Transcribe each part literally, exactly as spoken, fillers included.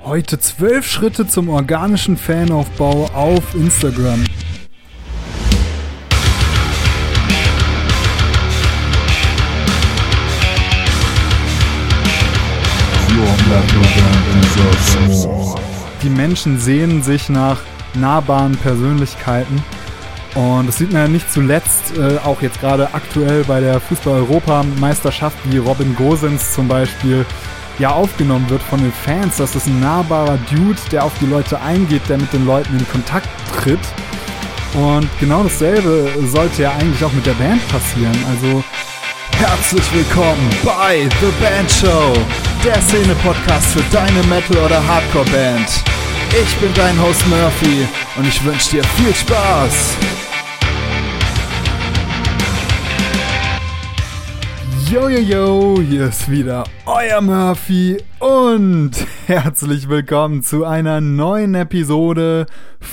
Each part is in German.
Heute zwölf Schritte zum organischen Fanaufbau auf Instagram. Die Menschen sehnen sich nach nahbaren Persönlichkeiten. Und das sieht man ja nicht zuletzt, äh, auch jetzt gerade aktuell bei der Fußball-Europameisterschaft, wie Robin Gosens zum Beispiel ja aufgenommen wird von den Fans. Das ist ein nahbarer Dude, der auf die Leute eingeht, der mit den Leuten in Kontakt tritt. Und genau dasselbe sollte ja eigentlich auch mit der Band passieren. Also herzlich willkommen bei The Band Show, der Szene-Podcast für deine Metal- oder Hardcore-Band. Ich bin dein Host Murphy und ich wünsche dir viel Spaß. Yo, yo, yo, hier ist wieder euer Murphy und herzlich willkommen zu einer neuen Episode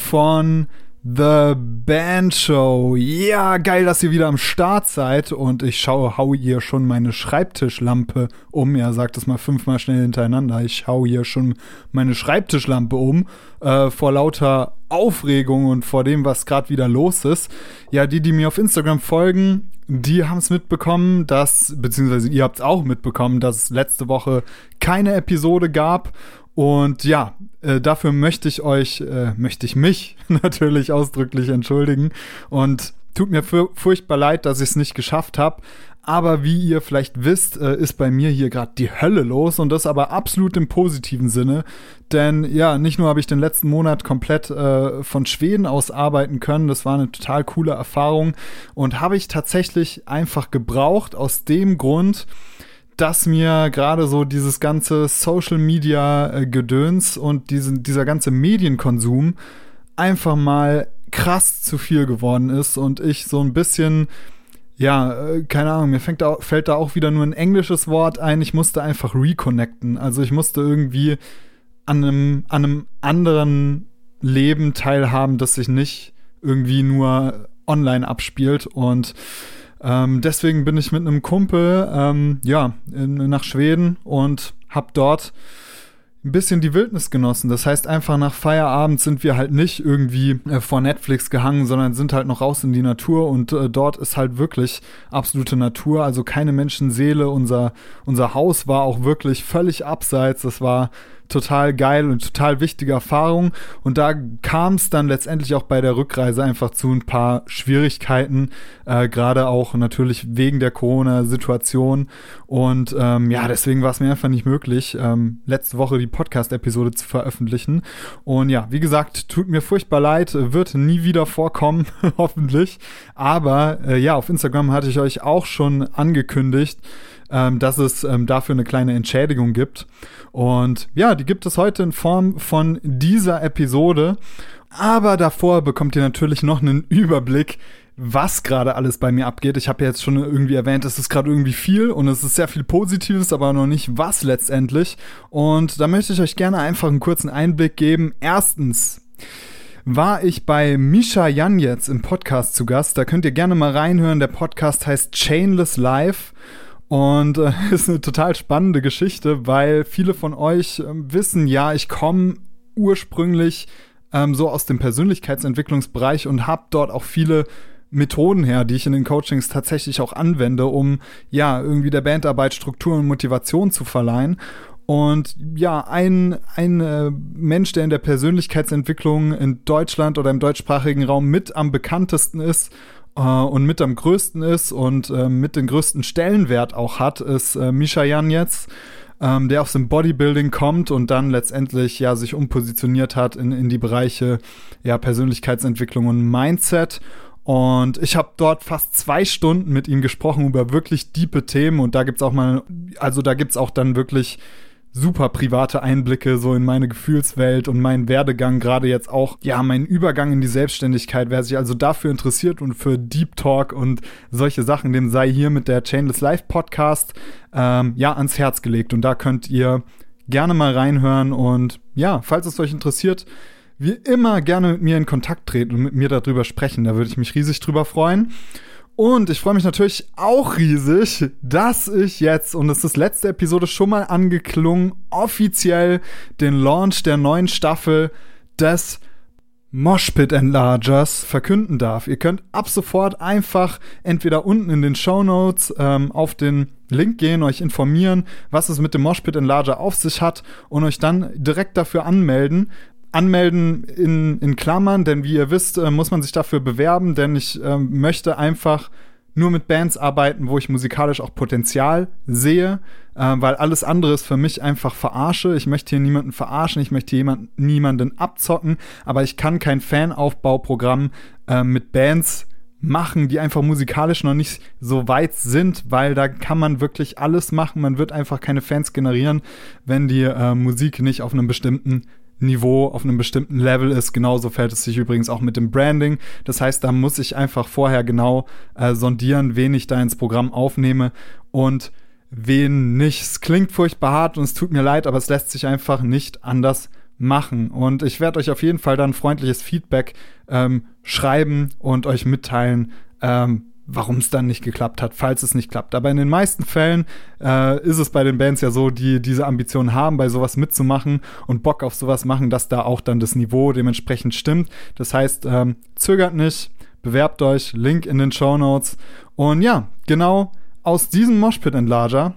von The Band Show. Ja, geil, dass ihr wieder am Start seid und ich schaue, hau hier schon meine Schreibtischlampe um. Ja, sagt es mal fünfmal schnell hintereinander. Ich hau hier schon meine Schreibtischlampe um äh, vor lauter Aufregung und vor dem, was gerade wieder los ist. Ja, die, die mir auf Instagram folgen, die haben es mitbekommen, dass, beziehungsweise ihr habt es auch mitbekommen, dass es letzte Woche keine Episode gab. Und ja, äh, dafür möchte ich euch, äh, möchte ich mich natürlich ausdrücklich entschuldigen. Und tut mir fu- furchtbar leid, dass ich es nicht geschafft habe. Aber wie ihr vielleicht wisst, äh, ist bei mir hier gerade die Hölle los. Und das aber absolut im positiven Sinne. Denn ja, nicht nur habe ich den letzten Monat komplett äh, von Schweden aus arbeiten können. Das war eine total coole Erfahrung. Und habe ich tatsächlich einfach gebraucht aus dem Grund, dass mir gerade so dieses ganze Social-Media-Gedöns und diesen, dieser ganze Medienkonsum einfach mal krass zu viel geworden ist und ich so ein bisschen, ja, keine Ahnung, mir fängt da, fällt da auch wieder nur ein englisches Wort ein, ich musste einfach reconnecten. Also ich musste irgendwie an einem, an einem anderen Leben teilhaben, das sich nicht irgendwie nur online abspielt. Und Ähm, deswegen bin ich mit einem Kumpel ähm, ja, in, nach Schweden und hab dort ein bisschen die Wildnis genossen. Das heißt, einfach nach Feierabend sind wir halt nicht irgendwie äh, vor Netflix gehangen, sondern sind halt noch raus in die Natur und äh, dort ist halt wirklich absolute Natur, also keine Menschenseele. Unser, unser Haus war auch wirklich völlig abseits. Das war total geil und total wichtige Erfahrung. Und da kam es dann letztendlich auch bei der Rückreise einfach zu ein paar Schwierigkeiten, äh, gerade auch natürlich wegen der Corona-Situation. Und ähm, ja, deswegen war es mir einfach nicht möglich, ähm, letzte Woche die Podcast-Episode zu veröffentlichen. Und ja, wie gesagt, tut mir furchtbar leid, wird nie wieder vorkommen, hoffentlich. Aber äh, ja, auf Instagram hatte ich euch auch schon angekündigt, Ähm, dass es ähm, dafür eine kleine Entschädigung gibt. Und ja, die gibt es heute in Form von dieser Episode. Aber davor bekommt ihr natürlich noch einen Überblick, was gerade alles bei mir abgeht. Ich habe ja jetzt schon irgendwie erwähnt, es ist gerade irgendwie viel und es ist sehr viel Positives, aber noch nicht was letztendlich. Und da möchte ich euch gerne einfach einen kurzen Einblick geben. Erstens war ich bei Misha Janetz im Podcast zu Gast. Da könnt ihr gerne mal reinhören. Der Podcast heißt Chainless Life. Und äh, ist eine total spannende Geschichte, weil viele von euch äh, wissen, ja, ich komme ursprünglich ähm, so aus dem Persönlichkeitsentwicklungsbereich und habe dort auch viele Methoden her, die ich in den Coachings tatsächlich auch anwende, um ja irgendwie der Bandarbeit Struktur und Motivation zu verleihen. Und ja, ein, ein äh, Mensch, der in der Persönlichkeitsentwicklung in Deutschland oder im deutschsprachigen Raum mit am bekanntesten ist, Uh, und mit am größten ist und uh, mit den größten Stellenwert auch hat, ist uh, Misha Janetz, um, der aus dem Bodybuilding kommt und dann letztendlich ja sich umpositioniert hat in, in die Bereiche ja Persönlichkeitsentwicklung und Mindset. Und ich habe dort fast zwei Stunden mit ihm gesprochen über wirklich diepe Themen und da gibt's auch mal, also da gibt's auch dann wirklich super private Einblicke so in meine Gefühlswelt und meinen Werdegang, gerade jetzt auch, ja, meinen Übergang in die Selbstständigkeit. Wer sich also dafür interessiert und für Deep Talk und solche Sachen, dem sei hier mit der Chainless Life Podcast ähm, ja ans Herz gelegt. Und da könnt ihr gerne mal reinhören und ja, falls es euch interessiert, wie immer gerne mit mir in Kontakt treten und mit mir darüber sprechen. Da würde ich mich riesig drüber freuen. Und ich freue mich natürlich auch riesig, dass ich jetzt, und es ist letzte Episode schon mal angeklungen, offiziell den Launch der neuen Staffel des Moshpit Enlargers verkünden darf. Ihr könnt ab sofort einfach entweder unten in den Shownotes ähm, auf den Link gehen, euch informieren, was es mit dem Moshpit Enlarger auf sich hat und euch dann direkt dafür anmelden. Anmelden in, in Klammern, denn wie ihr wisst, äh, muss man sich dafür bewerben, denn ich äh, möchte einfach nur mit Bands arbeiten, wo ich musikalisch auch Potenzial sehe, äh, weil alles andere ist für mich einfach Verarsche. Ich möchte hier niemanden verarschen, ich möchte hier jemand, niemanden abzocken, aber ich kann kein Fanaufbauprogramm äh, mit Bands machen, die einfach musikalisch noch nicht so weit sind, weil da kann man wirklich alles machen. Man wird einfach keine Fans generieren, wenn die äh, Musik nicht auf einem bestimmten Niveau, auf einem bestimmten Level ist. Genauso fällt es sich übrigens auch mit dem Branding. Das heißt, da muss ich einfach vorher genau äh, sondieren, wen ich da ins Programm aufnehme und wen nicht. Es klingt furchtbar hart und es tut mir leid, aber es lässt sich einfach nicht anders machen. Und ich werde euch auf jeden Fall dann freundliches Feedback ähm, schreiben und euch mitteilen, ähm, warum es dann nicht geklappt hat, falls es nicht klappt. Aber in den meisten Fällen äh, ist es bei den Bands ja so, die diese Ambitionen haben, bei sowas mitzumachen und Bock auf sowas machen, dass da auch dann das Niveau dementsprechend stimmt. Das heißt, ähm, zögert nicht, bewerbt euch, Link in den Shownotes. Und ja, genau aus diesem Moshpit Enlarger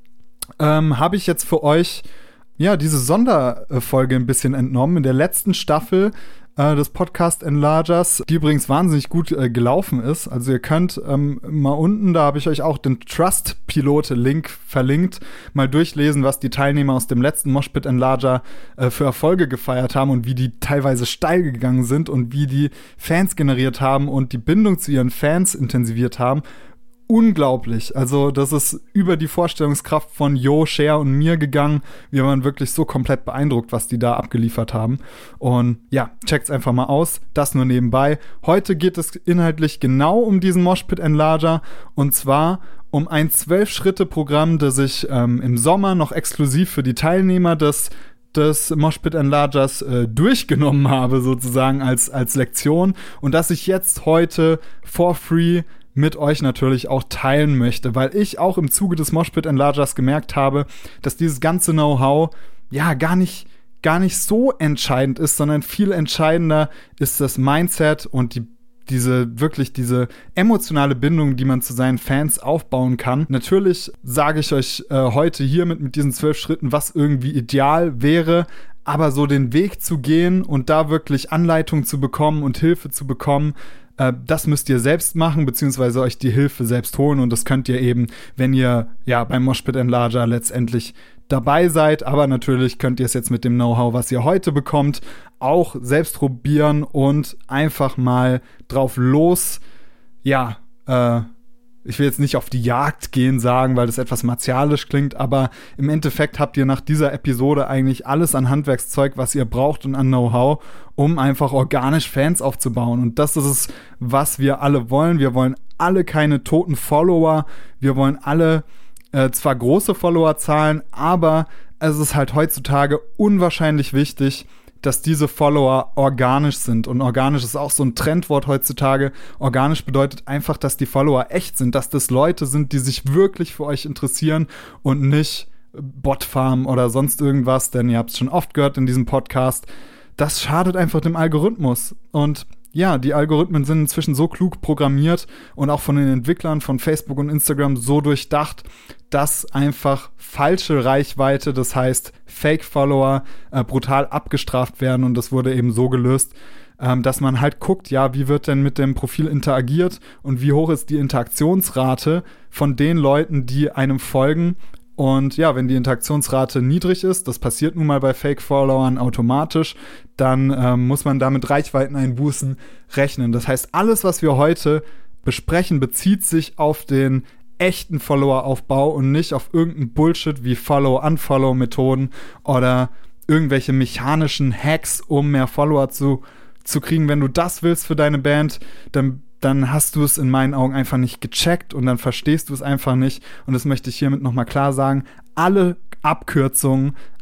ähm, habe ich jetzt für euch ja diese Sonderfolge ein bisschen entnommen. In der letzten Staffel des Podcast Enlargers, die übrigens wahnsinnig gut äh, gelaufen ist. Also ihr könnt ähm, mal unten, da habe ich euch auch den Trust-Pilot-Link verlinkt, mal durchlesen, was die Teilnehmer aus dem letzten Moshpit Enlarger äh, für Erfolge gefeiert haben und wie die teilweise steil gegangen sind und wie die Fans generiert haben und die Bindung zu ihren Fans intensiviert haben. Unglaublich. Also das ist über die Vorstellungskraft von Jo, Cher und mir gegangen. Wir waren wirklich so komplett beeindruckt, was die da abgeliefert haben. Und ja, checkt's einfach mal aus. Das nur nebenbei. Heute geht es inhaltlich genau um diesen Moshpit Enlarger und zwar um ein zwölf-Schritte-Programm, das ich ähm, im Sommer noch exklusiv für die Teilnehmer des des Moshpit Enlargers äh, durchgenommen habe, sozusagen als, als Lektion und das ich jetzt heute for free mit euch natürlich auch teilen möchte, weil ich auch im Zuge des Moshpit Enlargers gemerkt habe, dass dieses ganze Know-how ja gar nicht, gar nicht so entscheidend ist, sondern viel entscheidender ist das Mindset und die diese wirklich diese emotionale Bindung, die man zu seinen Fans aufbauen kann. Natürlich sage ich euch äh, heute hier mit, mit diesen zwölf Schritten, was irgendwie ideal wäre, aber so den Weg zu gehen und da wirklich Anleitung zu bekommen und Hilfe zu bekommen, äh, das müsst ihr selbst machen, beziehungsweise euch die Hilfe selbst holen und das könnt ihr eben, wenn ihr ja beim Moshpit Enlarger letztendlich dabei seid, aber natürlich könnt ihr es jetzt mit dem Know-how, was ihr heute bekommt, auch selbst probieren und einfach mal drauf los, ja, äh, ich will jetzt nicht auf die Jagd gehen sagen, weil das etwas martialisch klingt, aber im Endeffekt habt ihr nach dieser Episode eigentlich alles an Handwerkszeug, was ihr braucht und an Know-how, um einfach organisch Fans aufzubauen. Und das ist es, was wir alle wollen. Wir wollen alle keine toten Follower, wir wollen alle äh, zwar große Followerzahlen, aber es ist halt heutzutage unwahrscheinlich wichtig, dass diese Follower organisch sind. Und organisch ist auch so ein Trendwort heutzutage. Organisch bedeutet einfach, dass die Follower echt sind, dass das Leute sind, die sich wirklich für euch interessieren und nicht Botfarm oder sonst irgendwas, denn ihr habt es schon oft gehört in diesem Podcast. Das schadet einfach dem Algorithmus. Und ja, die Algorithmen sind inzwischen so klug programmiert und auch von den Entwicklern von Facebook und Instagram so durchdacht, dass einfach falsche Reichweite, das heißt Fake-Follower, äh, brutal abgestraft werden. Und das wurde eben so gelöst, ähm, dass man halt guckt, ja, wie wird denn mit dem Profil interagiert und wie hoch ist die Interaktionsrate von den Leuten, die einem folgen. Und ja, wenn die Interaktionsrate niedrig ist, das passiert nun mal bei Fake-Followern automatisch, dann ähm, muss man damit Reichweiteneinbußen rechnen. Das heißt, alles, was wir heute besprechen, bezieht sich auf den echten Follower-Aufbau und nicht auf irgendeinen Bullshit wie Follow-Unfollow-Methoden oder irgendwelche mechanischen Hacks, um mehr Follower zu, zu kriegen. Wenn du das willst für deine Band, dann dann hast du es in meinen Augen einfach nicht gecheckt und dann verstehst du es einfach nicht. Und das möchte ich hiermit nochmal klar sagen. Alle Abkürzungen,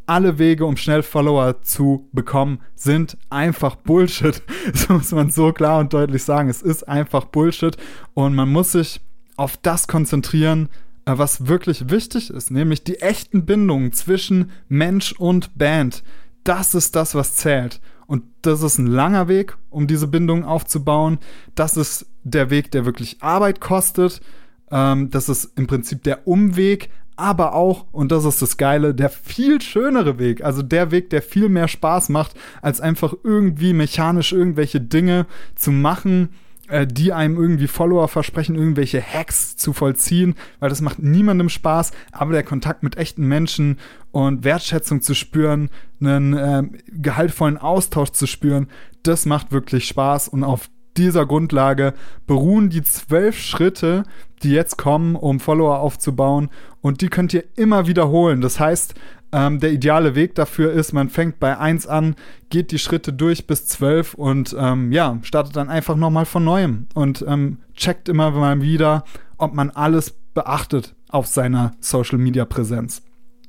alle Wege, um schnell Follower zu bekommen, sind einfach Bullshit. Das muss man so klar und deutlich sagen. Es ist einfach Bullshit und man muss sich auf das konzentrieren, was wirklich wichtig ist, nämlich die echten Bindungen zwischen Mensch und Band. Das ist das, was zählt. Und das ist ein langer Weg, um diese Bindung aufzubauen. Das ist der Weg, der wirklich Arbeit kostet. Ähm, das ist im Prinzip der Umweg, aber auch, und das ist das Geile, der viel schönere Weg. Also der Weg, der viel mehr Spaß macht, als einfach irgendwie mechanisch irgendwelche Dinge zu machen, äh, die einem irgendwie Follower versprechen, irgendwelche Hacks zu vollziehen, weil das macht niemandem Spaß. Aber der Kontakt mit echten Menschen und Wertschätzung zu spüren, einen äh, gehaltvollen Austausch zu spüren, das macht wirklich Spaß. Und auf dieser Grundlage beruhen die zwölf Schritte, die jetzt kommen, um Follower aufzubauen, und die könnt ihr immer wiederholen. Das heißt, ähm, der ideale Weg dafür ist, man fängt bei eins an, geht die Schritte durch bis zwölf und ähm, ja, startet dann einfach nochmal von Neuem und ähm, checkt immer mal wieder, ob man alles beachtet auf seiner Social-Media-Präsenz.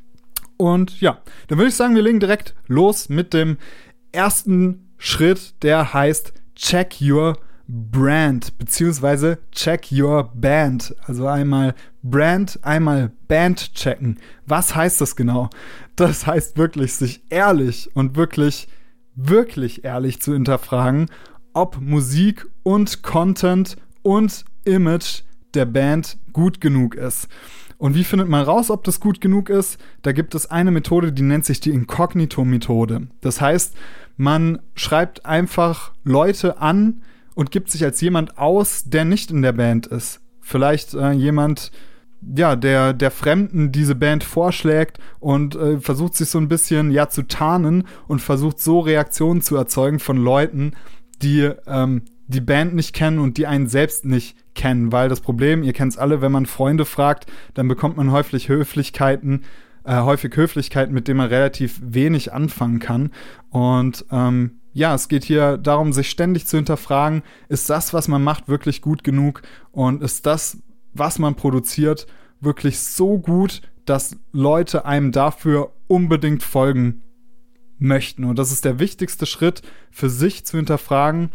Und ja, dann würde ich sagen, wir legen direkt los mit dem ersten Schritt, der heißt Check Your Brand, beziehungsweise Check Your Band. Also einmal Brand, einmal Band checken. Was heißt das genau? Das heißt wirklich, sich ehrlich und wirklich, wirklich ehrlich zu hinterfragen, ob Musik und Content und Image der Band gut genug ist. Und wie findet man raus, ob das gut genug ist? Da gibt es eine Methode, die nennt sich die Inkognito-Methode. Das heißt, man schreibt einfach Leute an und gibt sich als jemand aus, der nicht in der Band ist. Vielleicht äh, jemand, ja, der, der Fremden diese Band vorschlägt und äh, versucht sich so ein bisschen, ja, zu tarnen und versucht so Reaktionen zu erzeugen von Leuten, die ähm, die Band nicht kennen und die einen selbst nicht kennen. Weil das Problem, ihr kennt es alle, wenn man Freunde fragt, dann bekommt man häufig Höflichkeiten, äh, häufig Höflichkeiten, mit denen man relativ wenig anfangen kann. Und ähm, ja, es geht hier darum, sich ständig zu hinterfragen, ist das, was man macht, wirklich gut genug? Und ist das, was man produziert, wirklich so gut, dass Leute einem dafür unbedingt folgen möchten? Und das ist der wichtigste Schritt, für sich zu hinterfragen,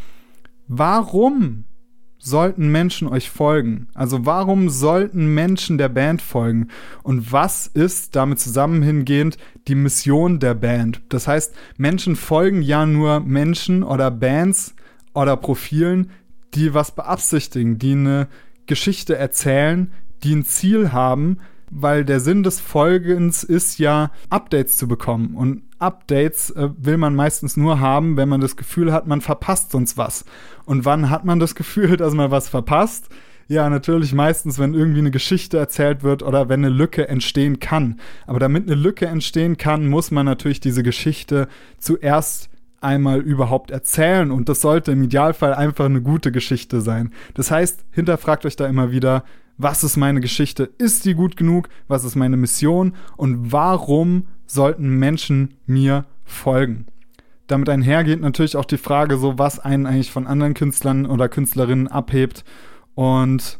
warum sollten Menschen euch folgen? Also warum sollten Menschen der Band folgen? Und was ist damit zusammenhingehend die Mission der Band? Das heißt, Menschen folgen ja nur Menschen oder Bands oder Profilen, die was beabsichtigen, die eine Geschichte erzählen, die ein Ziel haben, weil der Sinn des Folgens ist ja, Updates zu bekommen. Und Updates äh, will man meistens nur haben, wenn man das Gefühl hat, man verpasst sonst was. Und wann hat man das Gefühl, dass man was verpasst? Ja, natürlich meistens, wenn irgendwie eine Geschichte erzählt wird oder wenn eine Lücke entstehen kann. Aber damit eine Lücke entstehen kann, muss man natürlich diese Geschichte zuerst einmal überhaupt erzählen. Und das sollte im Idealfall einfach eine gute Geschichte sein. Das heißt, hinterfragt euch da immer wieder, was ist meine Geschichte? Ist die gut genug? Was ist meine Mission? Und warum sollten Menschen mir folgen? Damit einhergeht natürlich auch die Frage, so was einen eigentlich von anderen Künstlern oder Künstlerinnen abhebt. Und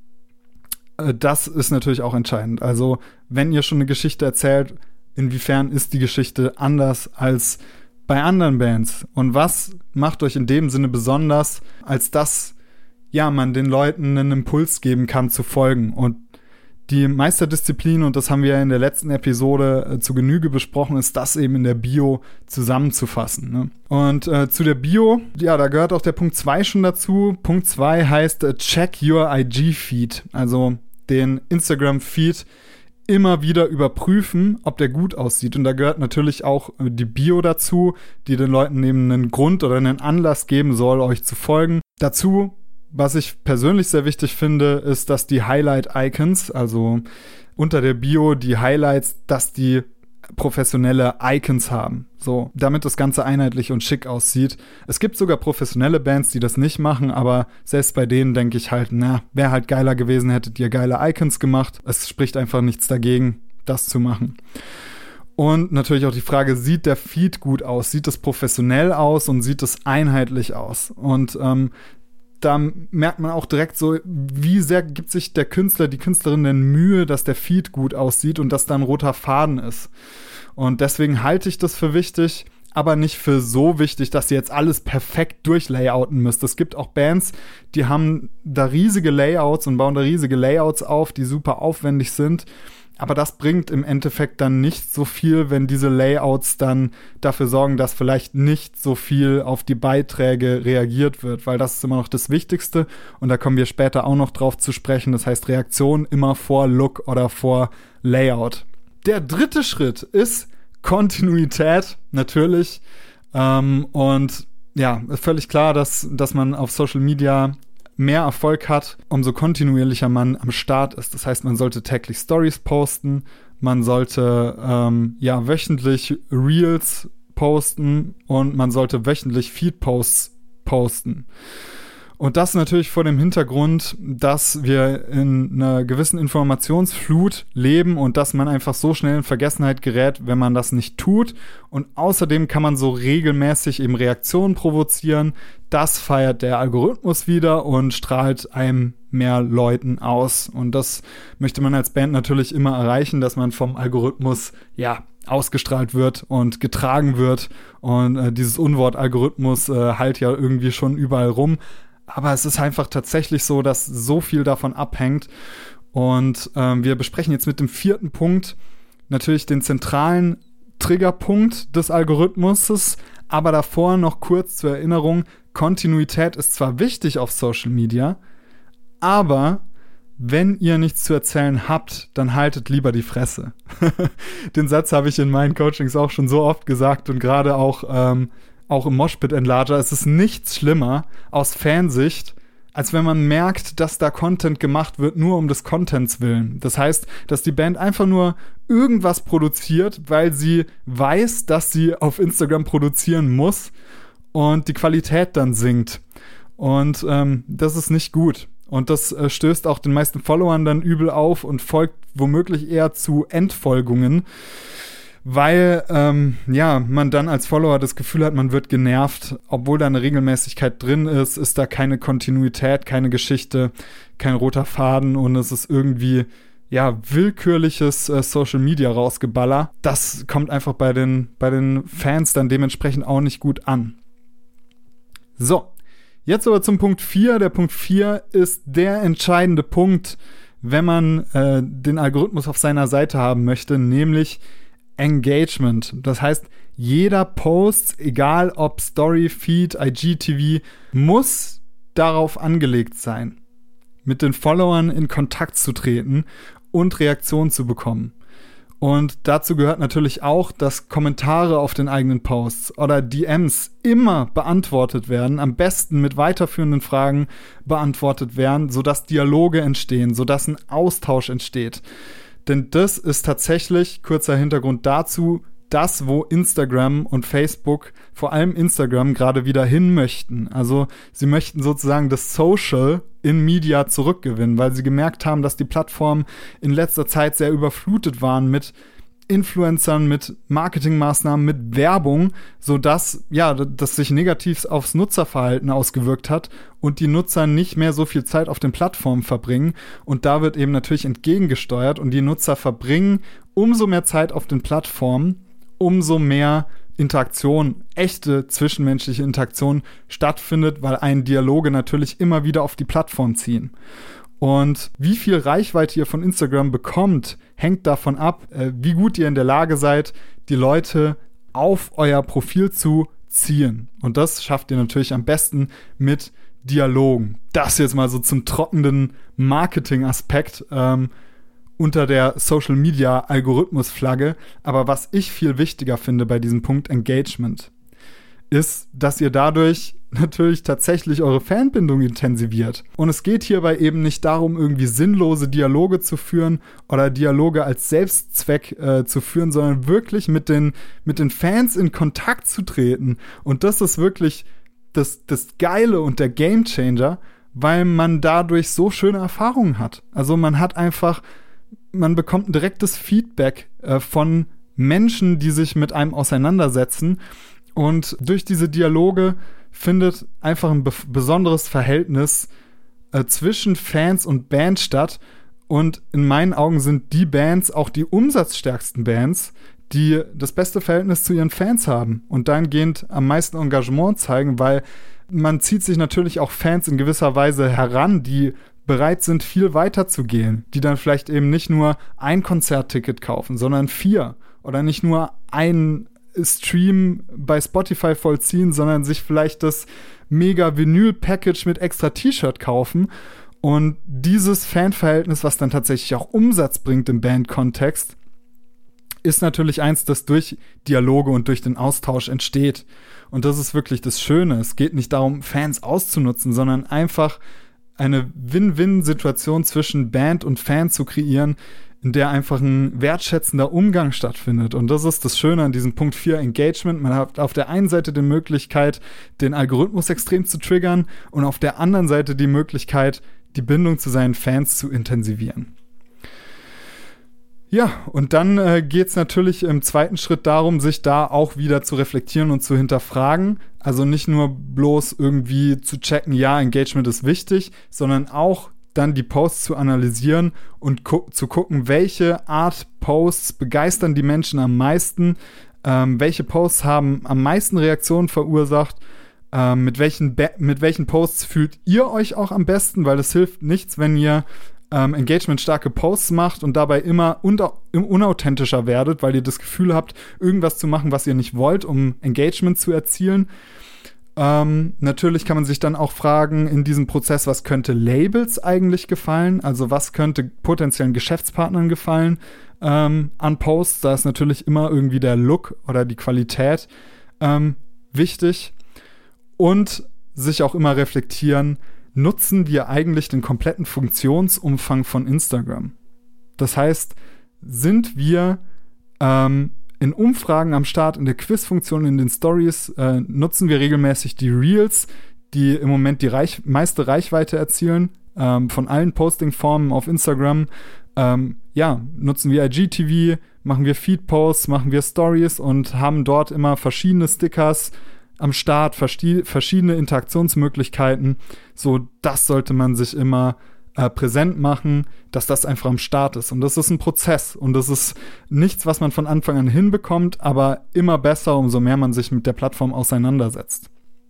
äh, das ist natürlich auch entscheidend. Also wenn ihr schon eine Geschichte erzählt, inwiefern ist die Geschichte anders als bei anderen Bands? Und was macht euch in dem Sinne besonders, als dass ja, man den Leuten einen Impuls geben kann, zu folgen? Und die Meisterdisziplin, und das haben wir ja in der letzten Episode äh, zu Genüge besprochen, ist das eben in der Bio zusammenzufassen. Ne? Und äh, zu der Bio, ja, da gehört auch der Punkt zwei schon dazu. Punkt zwei heißt äh, Check Your I G-Feed, also den Instagram-Feed immer wieder überprüfen, ob der gut aussieht. Und da gehört natürlich auch äh, die Bio dazu, die den Leuten eben einen Grund oder einen Anlass geben soll, euch zu folgen. Dazu, was ich persönlich sehr wichtig finde, ist, dass die Highlight-Icons, also unter der Bio die Highlights, dass die professionelle Icons haben. So, damit das Ganze einheitlich und schick aussieht. Es gibt sogar professionelle Bands, die das nicht machen, aber selbst bei denen denke ich halt, na, wäre halt geiler gewesen, hättet ihr geile Icons gemacht. Es spricht einfach nichts dagegen, das zu machen. Und natürlich auch die Frage, sieht der Feed gut aus? Sieht es professionell aus und sieht es einheitlich aus? Und ähm, da merkt man auch direkt so, wie sehr gibt sich der Künstler, die Künstlerin denn Mühe, dass der Feed gut aussieht und dass da ein roter Faden ist. Und deswegen halte ich das für wichtig, aber nicht für so wichtig, dass ihr jetzt alles perfekt durchlayouten müsst. Es gibt auch Bands, die haben da riesige Layouts und bauen da riesige Layouts auf, die super aufwendig sind. Aber das bringt im Endeffekt dann nicht so viel, wenn diese Layouts dann dafür sorgen, dass vielleicht nicht so viel auf die Beiträge reagiert wird, weil das ist immer noch das Wichtigste und da kommen wir später auch noch drauf zu sprechen. Das heißt, Reaktion immer vor Look oder vor Layout. Der dritte Schritt ist Kontinuität, natürlich. Ähm, und ja, ist völlig klar, dass, dass man auf Social Media mehr Erfolg hat, umso kontinuierlicher man am Start ist. Das heißt, man sollte täglich Stories posten, man sollte ähm, ja wöchentlich Reels posten und man sollte wöchentlich Feed-Posts posten. Und das natürlich vor dem Hintergrund, dass wir in einer gewissen Informationsflut leben und dass man einfach so schnell in Vergessenheit gerät, wenn man das nicht tut. Und außerdem kann man so regelmäßig eben Reaktionen provozieren. Das feiert der Algorithmus wieder und strahlt einem mehr Leuten aus. Und das möchte man als Band natürlich immer erreichen, dass man vom Algorithmus, ja, ausgestrahlt wird und getragen wird. Und äh, dieses Unwort Algorithmus äh, halt ja irgendwie schon überall rum. Aber es ist einfach tatsächlich so, dass so viel davon abhängt. Und ähm, wir besprechen jetzt mit dem vierten Punkt natürlich den zentralen Triggerpunkt des Algorithmuses. Aber davor noch kurz zur Erinnerung, Kontinuität ist zwar wichtig auf Social Media, aber wenn ihr nichts zu erzählen habt, dann haltet lieber die Fresse. Den Satz habe ich in meinen Coachings auch schon so oft gesagt und gerade auch ähm, auch im Moshpit-Enlarger, es ist nichts schlimmer aus Fansicht, als wenn man merkt, dass da Content gemacht wird, nur um des Contents willen. Das heißt, dass die Band einfach nur irgendwas produziert, weil sie weiß, dass sie auf Instagram produzieren muss und die Qualität dann sinkt. Und ähm, das ist nicht gut. Und das äh, stößt auch den meisten Followern dann übel auf und folgt womöglich eher zu Entfolgungen, weil ähm, ja man dann als Follower das Gefühl hat, man wird genervt, obwohl da eine Regelmäßigkeit drin ist, ist da keine Kontinuität, keine Geschichte, kein roter Faden und es ist irgendwie ja willkürliches äh, Social Media rausgeballer. Das kommt einfach bei den bei den Fans dann dementsprechend auch nicht gut an. So, jetzt aber zum Punkt vier. Der Punkt vier ist der entscheidende Punkt, wenn man äh, den Algorithmus auf seiner Seite haben möchte, nämlich Engagement. Das heißt, jeder Post, egal ob Story, Feed, I G T V, muss darauf angelegt sein, mit den Followern in Kontakt zu treten und Reaktionen zu bekommen. Und dazu gehört natürlich auch, dass Kommentare auf den eigenen Posts oder D Ms immer beantwortet werden, am besten mit weiterführenden Fragen beantwortet werden, sodass Dialoge entstehen, sodass ein Austausch entsteht. Denn das ist tatsächlich, kurzer Hintergrund dazu, das, wo Instagram und Facebook, vor allem Instagram, gerade wieder hin möchten. Also sie möchten sozusagen das Social in Media zurückgewinnen, weil sie gemerkt haben, dass die Plattformen in letzter Zeit sehr überflutet waren mit Influencern, mit Marketingmaßnahmen, mit Werbung, sodass ja, das sich negativ aufs Nutzerverhalten ausgewirkt hat und die Nutzer nicht mehr so viel Zeit auf den Plattformen verbringen. Und da wird eben natürlich entgegengesteuert und die Nutzer verbringen umso mehr Zeit auf den Plattformen, umso mehr Interaktion, echte zwischenmenschliche Interaktion stattfindet, weil einen Dialoge natürlich immer wieder auf die Plattform ziehen. Und wie viel Reichweite ihr von Instagram bekommt, hängt davon ab, äh, wie gut ihr in der Lage seid, die Leute auf euer Profil zu ziehen. Und das schafft ihr natürlich am besten mit Dialogen. Das jetzt mal so zum trockenen Marketing-Aspekt ähm, unter der Social-Media-Algorithmus-Flagge. Aber was ich viel wichtiger finde bei diesem Punkt Engagement, ist, dass ihr dadurch natürlich tatsächlich eure Fanbindung intensiviert. Und es geht hierbei eben nicht darum, irgendwie sinnlose Dialoge zu führen oder Dialoge als Selbstzweck äh, zu führen, sondern wirklich mit den, mit den Fans in Kontakt zu treten. Und das ist wirklich das, das Geile und der Gamechanger, weil man dadurch so schöne Erfahrungen hat. Also man hat einfach, man bekommt ein direktes Feedback äh, von Menschen, die sich mit einem auseinandersetzen. Und durch diese Dialoge findet einfach ein be- besonderes Verhältnis äh, zwischen Fans und Band statt. Und in meinen Augen sind die Bands auch die umsatzstärksten Bands, die das beste Verhältnis zu ihren Fans haben und dahingehend am meisten Engagement zeigen, weil man zieht sich natürlich auch Fans in gewisser Weise heran, die bereit sind, viel weiter zu gehen, die dann vielleicht eben nicht nur ein Konzertticket kaufen, sondern vier oder nicht nur ein Stream bei Spotify vollziehen, sondern sich vielleicht das Mega-Vinyl-Package mit extra T-Shirt kaufen. Und dieses Fanverhältnis, was dann tatsächlich auch Umsatz bringt im Bandkontext, ist natürlich eins, das durch Dialoge und durch den Austausch entsteht. Und das ist wirklich das Schöne. Es geht nicht darum, Fans auszunutzen, sondern einfach eine Win-Win-Situation zwischen Band und Fan zu kreieren, in der einfach ein wertschätzender Umgang stattfindet. Und das ist das Schöne an diesem Punkt vier, Engagement. Man hat auf der einen Seite die Möglichkeit, den Algorithmus extrem zu triggern und auf der anderen Seite die Möglichkeit, die Bindung zu seinen Fans zu intensivieren. Ja, und dann äh, geht es natürlich im zweiten Schritt darum, sich da auch wieder zu reflektieren und zu hinterfragen. Also nicht nur bloß irgendwie zu checken, ja, Engagement ist wichtig, sondern auch dann die Posts zu analysieren und gu- zu gucken, welche Art Posts begeistern die Menschen am meisten, ähm, welche Posts haben am meisten Reaktionen verursacht, ähm, mit welchen Be- mit welchen Posts fühlt ihr euch auch am besten, weil es hilft nichts, wenn ihr ähm, engagement-starke Posts macht und dabei immer un- unauthentischer werdet, weil ihr das Gefühl habt, irgendwas zu machen, was ihr nicht wollt, um Engagement zu erzielen. Ähm, natürlich kann man sich dann auch fragen in diesem Prozess, was könnte Labels eigentlich gefallen? Also was könnte potenziellen Geschäftspartnern gefallen ähm, an Posts? Da ist natürlich immer irgendwie der Look oder die Qualität ähm, wichtig. Und sich auch immer reflektieren, nutzen wir eigentlich den kompletten Funktionsumfang von Instagram? Das heißt, sind wir ähm, in Umfragen am Start, in der Quizfunktion, in den Stories, äh, nutzen wir regelmäßig die Reels, die im Moment die Reich- meiste Reichweite erzielen, ähm, von allen Posting-Formen auf Instagram. Ähm, ja, nutzen wir I G T V, machen wir Feed-Posts, machen wir Stories und haben dort immer verschiedene Stickers am Start, versti- verschiedene Interaktionsmöglichkeiten. So, das sollte man sich immer Äh, präsent machen, dass das einfach am Start ist. Und das ist ein Prozess. Und das ist nichts, was man von Anfang an hinbekommt, aber immer besser, umso mehr man sich mit der Plattform auseinandersetzt.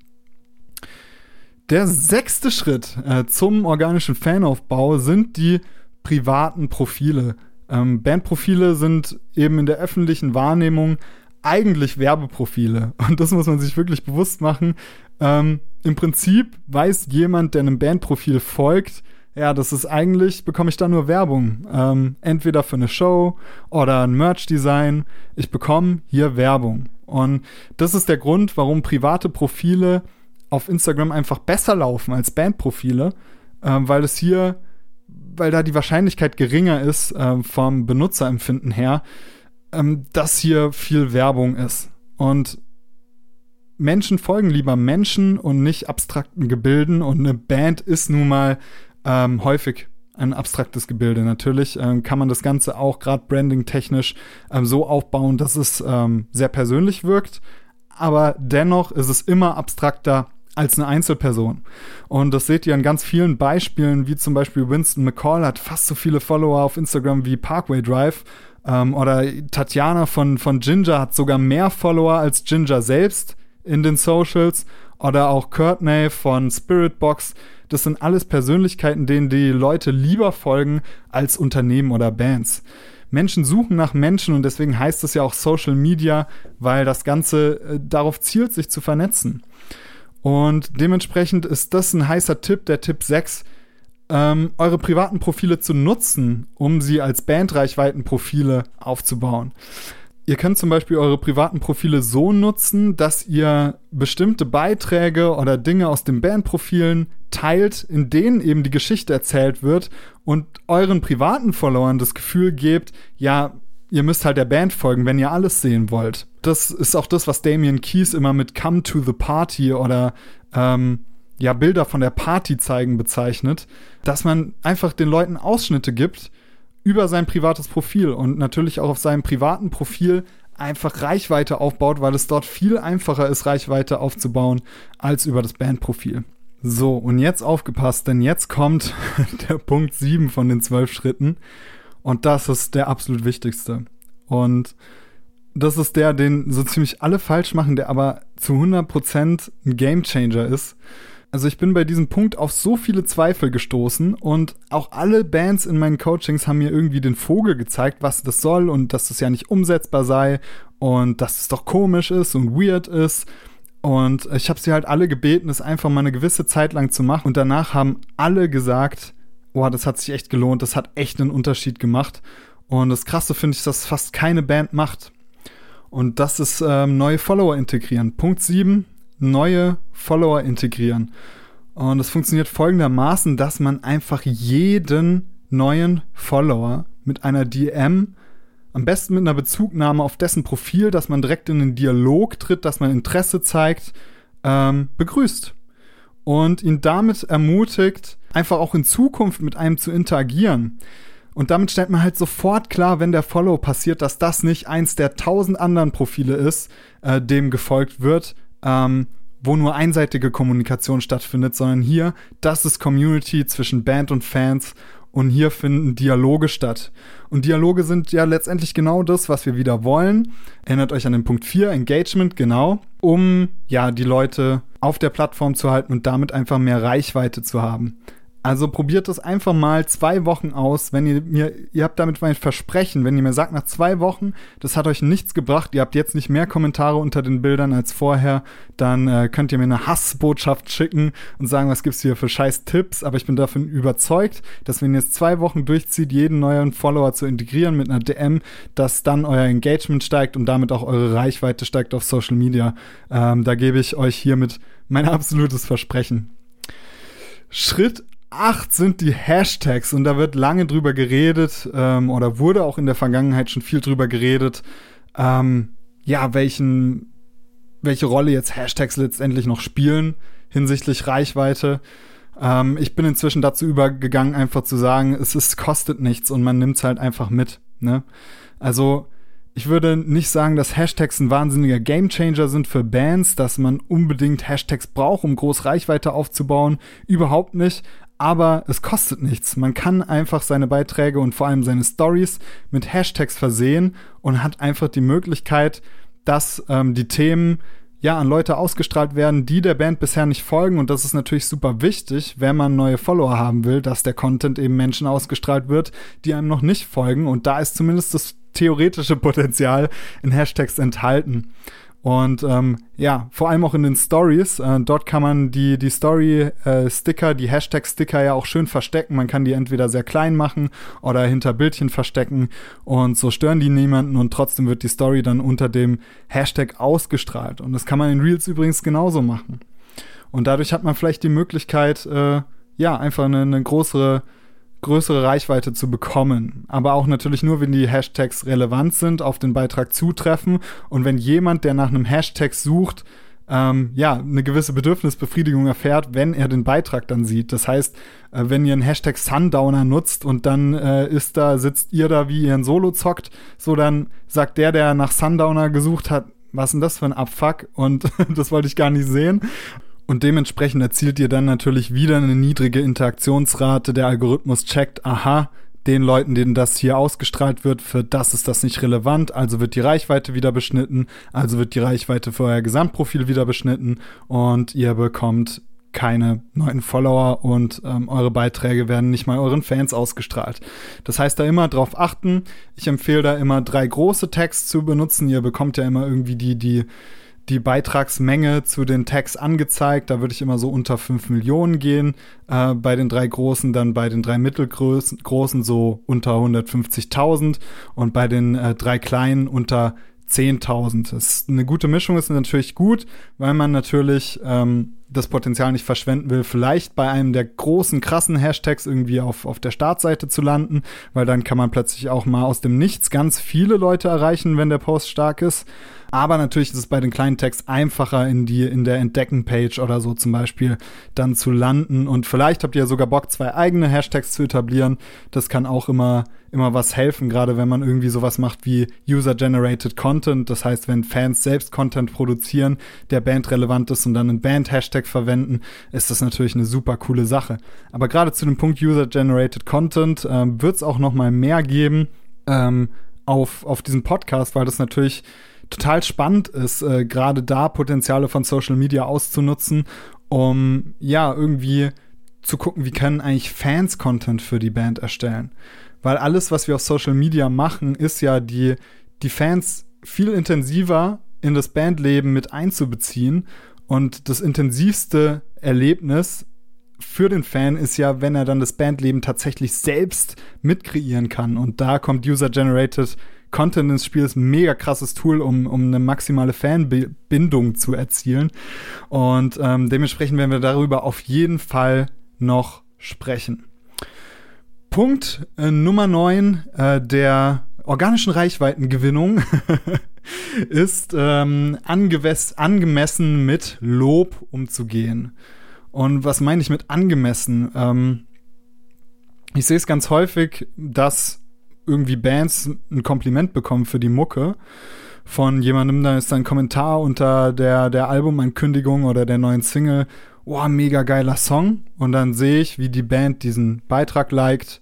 Der sechste Schritt äh, zum organischen Fanaufbau sind die privaten Profile. Ähm, Bandprofile sind eben in der öffentlichen Wahrnehmung eigentlich Werbeprofile. Und das muss man sich wirklich bewusst machen. Ähm, im Prinzip weiß jemand, der einem Bandprofil folgt, ja, das ist eigentlich, bekomme ich da nur Werbung. Ähm, entweder für eine Show oder ein Merch-Design. Ich bekomme hier Werbung. Und das ist der Grund, warum private Profile auf Instagram einfach besser laufen als Bandprofile, ähm, weil es hier, weil da die Wahrscheinlichkeit geringer ist, ähm, vom Benutzerempfinden her, ähm, dass hier viel Werbung ist. Und Menschen folgen lieber Menschen und nicht abstrakten Gebilden. Und eine Band ist nun mal Ähm, häufig ein abstraktes Gebilde. Natürlich ähm, kann man das Ganze auch gerade branding-technisch ähm, so aufbauen, dass es ähm, sehr persönlich wirkt, aber dennoch ist es immer abstrakter als eine Einzelperson. Und das seht ihr an ganz vielen Beispielen, wie zum Beispiel Winston McCall hat fast so viele Follower auf Instagram wie Parkway Drive, ähm, oder Tatjana von, von Ginger hat sogar mehr Follower als Ginger selbst in den Socials, oder auch Courtney von Spiritbox. Das sind alles Persönlichkeiten, denen die Leute lieber folgen als Unternehmen oder Bands. Menschen suchen nach Menschen und deswegen heißt es ja auch Social Media, weil das Ganze äh, darauf zielt, sich zu vernetzen. Und dementsprechend ist das ein heißer Tipp, der Tipp sechs, ähm, eure privaten Profile zu nutzen, um sie als Bandreichweitenprofile aufzubauen. Ihr könnt zum Beispiel eure privaten Profile so nutzen, dass ihr bestimmte Beiträge oder Dinge aus den Bandprofilen teilt, in denen eben die Geschichte erzählt wird und euren privaten Followern das Gefühl gebt, ja, ihr müsst halt der Band folgen, wenn ihr alles sehen wollt. Das ist auch das, was Damien Keys immer mit Come to the Party oder ähm, ja, Bilder von der Party zeigen bezeichnet, dass man einfach den Leuten Ausschnitte gibt über sein privates Profil und natürlich auch auf seinem privaten Profil einfach Reichweite aufbaut, weil es dort viel einfacher ist, Reichweite aufzubauen, als über das Bandprofil. So, und jetzt aufgepasst, denn jetzt kommt der Punkt sieben von den zwölf Schritten und das ist der absolut wichtigste. Und das ist der, den so ziemlich alle falsch machen, der aber zu hundert Prozent ein Gamechanger ist. Also ich bin bei diesem Punkt auf so viele Zweifel gestoßen und auch alle Bands in meinen Coachings haben mir irgendwie den Vogel gezeigt, was das soll und dass das ja nicht umsetzbar sei und dass es doch komisch ist und weird ist. Und ich habe sie halt alle gebeten, das einfach mal eine gewisse Zeit lang zu machen. Und danach haben alle gesagt, boah, das hat sich echt gelohnt, das hat echt einen Unterschied gemacht. Und das Krasse finde ich, dass fast keine Band macht. Und das ist ähm, neue Follower integrieren. Punkt sieben, neue Follower integrieren. Und das funktioniert folgendermaßen, dass man einfach jeden neuen Follower mit einer D M, am besten mit einer Bezugnahme auf dessen Profil, dass man direkt in den Dialog tritt, dass man Interesse zeigt, ähm, begrüßt. Und ihn damit ermutigt, einfach auch in Zukunft mit einem zu interagieren. Und damit stellt man halt sofort klar, wenn der Follow passiert, dass das nicht eins der tausend anderen Profile ist, äh, dem gefolgt wird, ähm, wo nur einseitige Kommunikation stattfindet, sondern hier, das ist Community zwischen Band und Fans und hier finden Dialoge statt. Und Dialoge sind ja letztendlich genau das, was wir wieder wollen. Erinnert euch an den Punkt vier, Engagement, genau, um ja die Leute auf der Plattform zu halten und damit einfach mehr Reichweite zu haben. Also probiert es einfach mal zwei Wochen aus, wenn ihr mir, ihr habt damit mein Versprechen, wenn ihr mir sagt, nach zwei Wochen, das hat euch nichts gebracht, ihr habt jetzt nicht mehr Kommentare unter den Bildern als vorher, dann äh, könnt ihr mir eine Hassbotschaft schicken und sagen, was gibt's hier für scheiß Tipps, aber ich bin davon überzeugt, dass wenn ihr jetzt zwei Wochen durchzieht, jeden neuen Follower zu integrieren mit einer D M, dass dann euer Engagement steigt und damit auch eure Reichweite steigt auf Social Media. Ähm, da gebe ich euch hiermit mein absolutes Versprechen. Schritt acht sind die Hashtags und da wird lange drüber geredet ähm, oder wurde auch in der Vergangenheit schon viel drüber geredet, ähm, ja, welchen, welche Rolle jetzt Hashtags letztendlich noch spielen hinsichtlich Reichweite. Ähm, ich bin inzwischen dazu übergegangen, einfach zu sagen, es ist, kostet nichts und man nimmt es halt einfach mit, ne? Also ich würde nicht sagen, dass Hashtags ein wahnsinniger Gamechanger sind für Bands, dass man unbedingt Hashtags braucht, um groß Reichweite aufzubauen. Überhaupt nicht. Aber es kostet nichts. Man kann einfach seine Beiträge und vor allem seine Stories mit Hashtags versehen und hat einfach die Möglichkeit, dass ähm, die Themen ja an Leute ausgestrahlt werden, die der Band bisher nicht folgen. Und das ist natürlich super wichtig, wenn man neue Follower haben will, dass der Content eben Menschen ausgestrahlt wird, die einem noch nicht folgen. Und da ist zumindest das theoretische Potenzial in Hashtags enthalten. Und ähm, ja, vor allem auch in den Stories. Äh, dort kann man die, die Story-Sticker, äh, die Hashtag-Sticker ja auch schön verstecken. Man kann die entweder sehr klein machen oder hinter Bildchen verstecken. Und so stören die niemanden und trotzdem wird die Story dann unter dem Hashtag ausgestrahlt. Und das kann man in Reels übrigens genauso machen. Und dadurch hat man vielleicht die Möglichkeit, äh, ja, einfach eine, eine größere größere Reichweite zu bekommen. Aber auch natürlich nur, wenn die Hashtags relevant sind, auf den Beitrag zutreffen und wenn jemand, der nach einem Hashtag sucht, ähm, ja, eine gewisse Bedürfnisbefriedigung erfährt, wenn er den Beitrag dann sieht. Das heißt, äh, wenn ihr einen Hashtag Sundowner nutzt und dann äh, ist da, sitzt ihr da, wie ihr ein Solo zockt, so dann sagt der, der nach Sundowner gesucht hat, was ist denn das für ein Abfuck? Und das wollte ich gar nicht sehen. Und dementsprechend erzielt ihr dann natürlich wieder eine niedrige Interaktionsrate. Der Algorithmus checkt, aha, den Leuten, denen das hier ausgestrahlt wird, für das ist das nicht relevant, also wird die Reichweite wieder beschnitten, also wird die Reichweite für euer Gesamtprofil wieder beschnitten und ihr bekommt keine neuen Follower und ähm, eure Beiträge werden nicht mal euren Fans ausgestrahlt. Das heißt, da immer drauf achten. Ich empfehle da immer drei große Tags zu benutzen. Ihr bekommt ja immer irgendwie die, die die Beitragsmenge zu den Tags angezeigt. Da würde ich immer so unter fünf Millionen gehen. Äh, bei den drei großen, dann bei den drei mittelgroßen großen so unter hundertfünfzigtausend und bei den äh, drei kleinen unter zehntausend. Das ist eine gute Mischung, ist natürlich gut, weil man natürlich ähm, das Potenzial nicht verschwenden will, vielleicht bei einem der großen, krassen Hashtags irgendwie auf, auf der Startseite zu landen, weil dann kann man plötzlich auch mal aus dem Nichts ganz viele Leute erreichen, wenn der Post stark ist. Aber natürlich ist es bei den kleinen Tags einfacher, in die in der Entdecken-Page oder so zum Beispiel dann zu landen. Und vielleicht habt ihr sogar Bock, zwei eigene Hashtags zu etablieren. Das kann auch immer immer was helfen, gerade wenn man irgendwie sowas macht wie User-Generated Content. Das heißt, wenn Fans selbst Content produzieren, der Band relevant ist und dann einen Band-Hashtag verwenden, ist das natürlich eine super coole Sache. Aber gerade zu dem Punkt User-Generated Content ähm, wird es auch noch mal mehr geben. Ähm, auf, auf diesen Podcast, weil das natürlich total spannend ist, äh, gerade da Potenziale von Social Media auszunutzen, um ja irgendwie zu gucken, wie können eigentlich Fans Content für die Band erstellen. Weil alles, was wir auf Social Media machen, ist ja die, die Fans viel intensiver in das Bandleben mit einzubeziehen. Und das intensivste Erlebnis für den Fan ist ja, wenn er dann das Bandleben tatsächlich selbst mitkreieren kann. Und da kommt User-Generated Content ins Spiel, ist ein mega krasses Tool, um, um eine maximale Fanbindung zu erzielen. Und ähm, dementsprechend werden wir darüber auf jeden Fall noch sprechen. Punkt äh, Nummer neun äh, der organischen Reichweitengewinnung ist ähm, angewes- angemessen mit Lob umzugehen. Und was meine ich mit angemessen? Ähm, ich sehe es ganz häufig, dass irgendwie Bands ein Kompliment bekommen für die Mucke von jemandem, da ist ein Kommentar unter der, der Albumankündigung oder der neuen Single, oh, mega geiler Song. Und dann sehe ich, wie die Band diesen Beitrag liked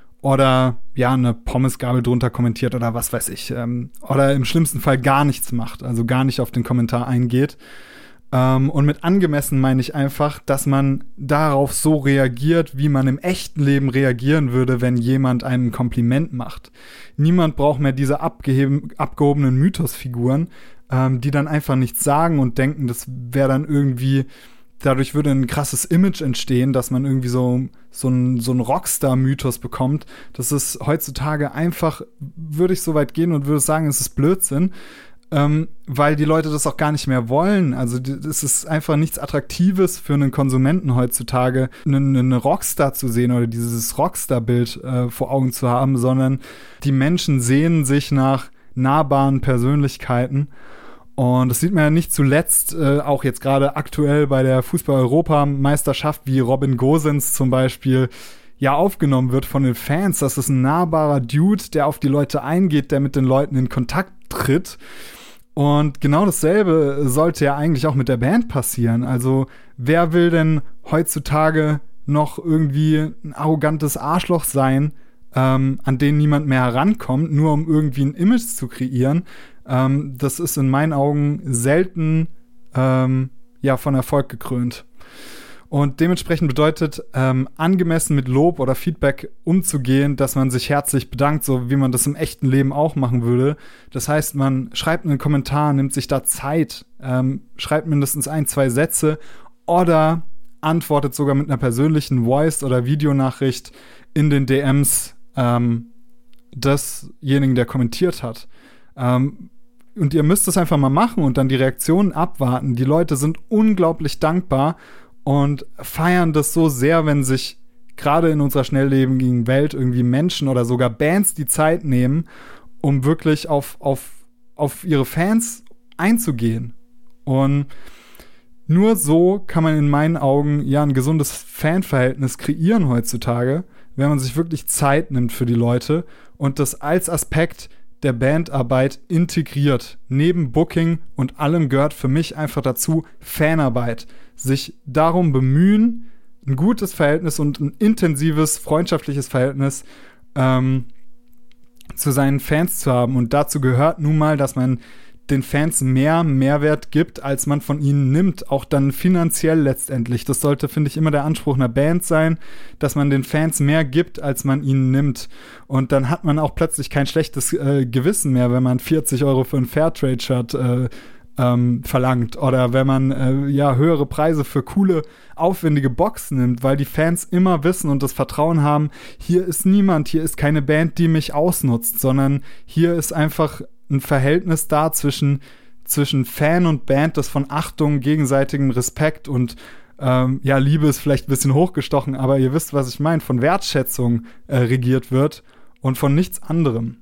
oder ja, eine Pommesgabel drunter kommentiert oder was weiß ich. Ähm, oder im schlimmsten Fall gar nichts macht, also gar nicht auf den Kommentar eingeht. Ähm, und mit angemessen meine ich einfach, dass man darauf so reagiert, wie man im echten Leben reagieren würde, wenn jemand einem ein Kompliment macht. Niemand braucht mehr diese abgeheben, abgehobenen Mythosfiguren, ähm, die dann einfach nichts sagen und denken, das wäre dann irgendwie, dadurch würde ein krasses Image entstehen, dass man irgendwie so, so ein, so ein Rockstar-Mythos bekommt. Das ist heutzutage einfach, würde ich so weit gehen und würde sagen, es ist Blödsinn. Ähm, weil die Leute das auch gar nicht mehr wollen. Also es ist einfach nichts Attraktives für einen Konsumenten heutzutage, einen, einen Rockstar zu sehen oder dieses Rockstar-Bild äh, vor Augen zu haben, sondern die Menschen sehnen sich nach nahbaren Persönlichkeiten. Und das sieht man ja nicht zuletzt, äh, auch jetzt gerade aktuell bei der Fußball-Europameisterschaft, wie Robin Gosens zum Beispiel ja aufgenommen wird von den Fans. Das ist ein nahbarer Dude, der auf die Leute eingeht, der mit den Leuten in Kontakt tritt. Und genau dasselbe sollte ja eigentlich auch mit der Band passieren. Also wer will denn heutzutage noch irgendwie ein arrogantes Arschloch sein, ähm, an den niemand mehr herankommt, nur um irgendwie ein Image zu kreieren? Ähm, das ist in meinen Augen selten ähm, ja, von Erfolg gekrönt. Und dementsprechend bedeutet, ähm, angemessen mit Lob oder Feedback umzugehen, dass man sich herzlich bedankt, so wie man das im echten Leben auch machen würde. Das heißt, man schreibt einen Kommentar, nimmt sich da Zeit, ähm, schreibt mindestens ein, zwei Sätze oder antwortet sogar mit einer persönlichen Voice- oder Videonachricht in den D Ms ähm, desjenigen, der kommentiert hat. Ähm, und ihr müsst es einfach mal machen und dann die Reaktionen abwarten. Die Leute sind unglaublich dankbar und feiern das so sehr, wenn sich gerade in unserer schnelllebigen Welt irgendwie Menschen oder sogar Bands die Zeit nehmen, um wirklich auf, auf, auf ihre Fans einzugehen. Und nur so kann man in meinen Augen ja ein gesundes Fanverhältnis kreieren heutzutage, wenn man sich wirklich Zeit nimmt für die Leute und das als Aspekt der Bandarbeit integriert. Neben Booking und allem gehört für mich einfach dazu Fanarbeit. Sich darum bemühen, ein gutes Verhältnis und ein intensives, freundschaftliches Verhältnis ähm, zu seinen Fans zu haben. Und dazu gehört nun mal, dass man den Fans mehr Mehrwert gibt, als man von ihnen nimmt, auch dann finanziell letztendlich. Das sollte, finde ich, immer der Anspruch einer Band sein, dass man den Fans mehr gibt, als man ihnen nimmt. Und dann hat man auch plötzlich kein schlechtes äh, Gewissen mehr, wenn man vierzig Euro für ein Fairtrade-Shirt äh, ähm, verlangt oder wenn man äh, ja höhere Preise für coole, aufwendige Boxen nimmt, weil die Fans immer wissen und das Vertrauen haben, hier ist niemand, hier ist keine Band, die mich ausnutzt, sondern hier ist einfach ein Verhältnis da zwischen, zwischen Fan und Band, das von Achtung, gegenseitigem Respekt und ähm, ja, Liebe ist vielleicht ein bisschen hochgestochen, aber ihr wisst, was ich meine, von Wertschätzung äh, regiert wird und von nichts anderem.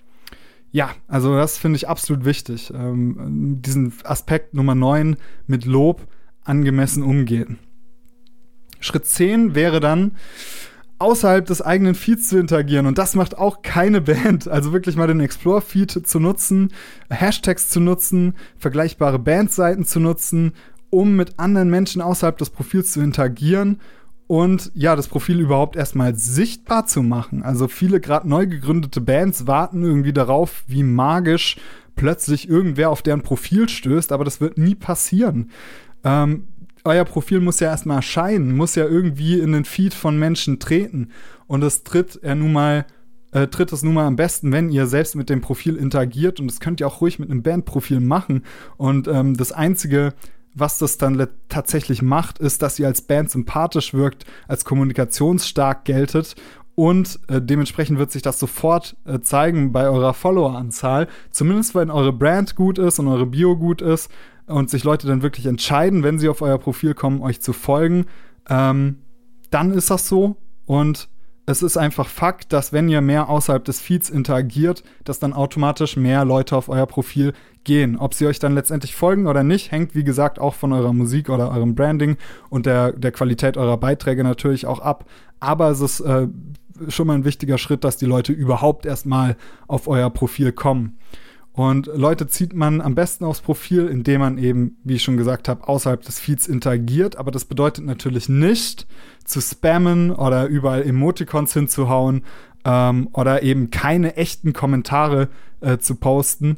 Ja, also das finde ich absolut wichtig. Ähm, diesen Aspekt Nummer neun mit Lob angemessen umgehen. Schritt zehn wäre dann, außerhalb des eigenen Feeds zu interagieren. Und das macht auch keine Band. Also wirklich mal den Explore-Feed zu nutzen, Hashtags zu nutzen, vergleichbare Bandseiten zu nutzen, um mit anderen Menschen außerhalb des Profils zu interagieren und ja, das Profil überhaupt erstmal sichtbar zu machen. Also viele gerade neu gegründete Bands warten irgendwie darauf, wie magisch plötzlich irgendwer auf deren Profil stößt, aber das wird nie passieren. Ähm, euer Profil muss ja erstmal erscheinen, muss ja irgendwie in den Feed von Menschen treten. Und es tritt ja nun mal, äh, tritt es nun mal am besten, wenn ihr selbst mit dem Profil interagiert. Und das könnt ihr auch ruhig mit einem Bandprofil machen. Und ähm, das Einzige, was das dann le- tatsächlich macht, ist, dass ihr als Band sympathisch wirkt, als kommunikationsstark geltet. Und äh, dementsprechend wird sich das sofort äh, zeigen bei eurer Followeranzahl. Zumindest, wenn eure Brand gut ist und eure Bio gut ist und sich Leute dann wirklich entscheiden, wenn sie auf euer Profil kommen, euch zu folgen, ähm, dann ist das so. Und es ist einfach Fakt, dass wenn ihr mehr außerhalb des Feeds interagiert, dass dann automatisch mehr Leute auf euer Profil gehen. Ob sie euch dann letztendlich folgen oder nicht, hängt wie gesagt auch von eurer Musik oder eurem Branding und der, der Qualität eurer Beiträge natürlich auch ab. Aber es ist äh, schon mal ein wichtiger Schritt, dass die Leute überhaupt erstmal auf euer Profil kommen. Und Leute zieht man am besten aufs Profil, indem man eben, wie ich schon gesagt habe, außerhalb des Feeds interagiert. Aber das bedeutet natürlich nicht, zu spammen oder überall Emoticons hinzuhauen ähm, oder eben keine echten Kommentare äh, zu posten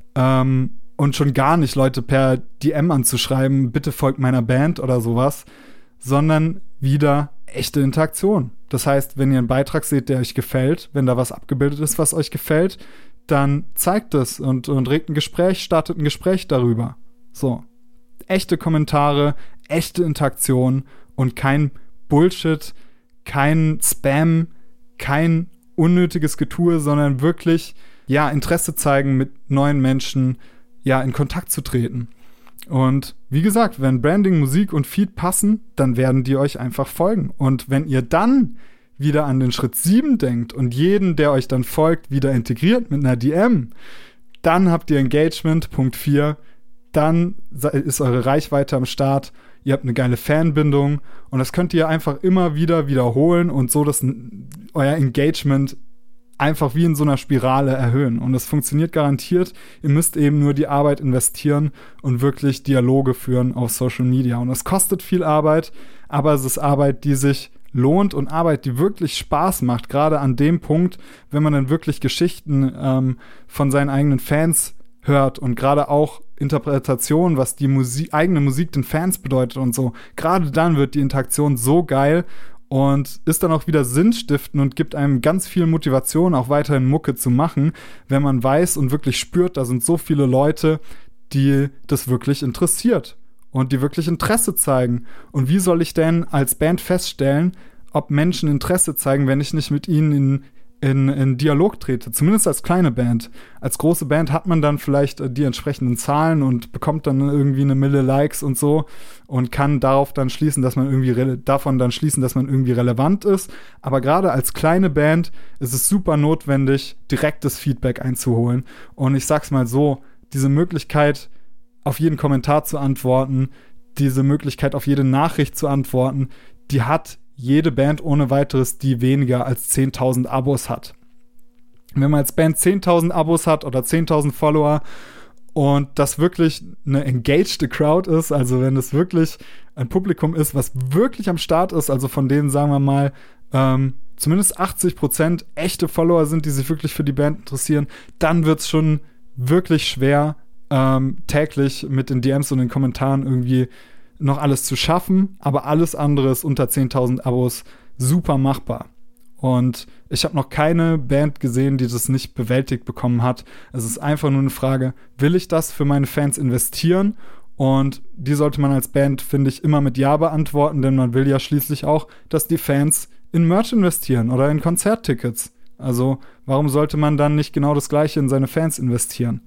ähm, und schon gar nicht Leute per D M anzuschreiben, bitte folgt meiner Band oder sowas, sondern wieder echte Interaktion. Das heißt, wenn ihr einen Beitrag seht, der euch gefällt, wenn da was abgebildet ist, was euch gefällt, dann zeigt es und, und regt ein Gespräch, startet ein Gespräch darüber. So. Echte Kommentare, echte Interaktion und kein Bullshit, kein Spam, kein unnötiges Getue, sondern wirklich, ja, Interesse zeigen, mit neuen Menschen, ja, in Kontakt zu treten. Und wie gesagt, wenn Branding, Musik und Feed passen, dann werden die euch einfach folgen. Und wenn ihr dann wieder an den Schritt sieben denkt und jeden, der euch dann folgt, wieder integriert mit einer D M, dann habt ihr Engagement, Punkt vier, dann ist eure Reichweite am Start, ihr habt eine geile Fanbindung und das könnt ihr einfach immer wieder wiederholen und so das, euer Engagement einfach wie in so einer Spirale erhöhen. Und das funktioniert garantiert. Ihr müsst eben nur die Arbeit investieren und wirklich Dialoge führen auf Social Media. Und es kostet viel Arbeit, aber es ist Arbeit, die sich lohnt und Arbeit, die wirklich Spaß macht, gerade an dem Punkt, wenn man dann wirklich Geschichten ähm, von seinen eigenen Fans hört und gerade auch Interpretation, was die Musik, eigene Musik den Fans bedeutet und so. Gerade dann wird die Interaktion so geil und ist dann auch wieder sinnstiftend und gibt einem ganz viel Motivation, auch weiterhin Mucke zu machen, wenn man weiß und wirklich spürt, da sind so viele Leute, die das wirklich interessiert und die wirklich Interesse zeigen. Und wie soll ich denn als Band feststellen, ob Menschen Interesse zeigen, wenn ich nicht mit ihnen in In, in Dialog trete, zumindest als kleine Band. Als große Band hat man dann vielleicht äh, die entsprechenden Zahlen und bekommt dann irgendwie eine Mille Likes und so und kann darauf dann schließen, dass man irgendwie re- davon dann schließen, dass man irgendwie relevant ist. Aber gerade als kleine Band ist es super notwendig, direktes Feedback einzuholen. Und ich sag's mal so, diese Möglichkeit, auf jeden Kommentar zu antworten, diese Möglichkeit, auf jede Nachricht zu antworten, die hat jede Band ohne weiteres, die weniger als zehntausend Abos hat. Wenn man als Band zehntausend Abos hat oder zehntausend Follower und das wirklich eine engaged Crowd ist, also wenn es wirklich ein Publikum ist, was wirklich am Start ist, also von denen, sagen wir mal, ähm, zumindest achtzig Prozent echte Follower sind, die sich wirklich für die Band interessieren, dann wird es schon wirklich schwer, ähm, täglich mit den D Ms und den Kommentaren irgendwie noch alles zu schaffen, aber alles andere ist unter zehntausend Abos super machbar. Und ich habe noch keine Band gesehen, die das nicht bewältigt bekommen hat. Es ist einfach nur eine Frage, will ich das für meine Fans investieren? Und die sollte man als Band, finde ich, immer mit Ja beantworten, denn man will ja schließlich auch, dass die Fans in Merch investieren oder in Konzerttickets. Also warum sollte man dann nicht genau das Gleiche in seine Fans investieren?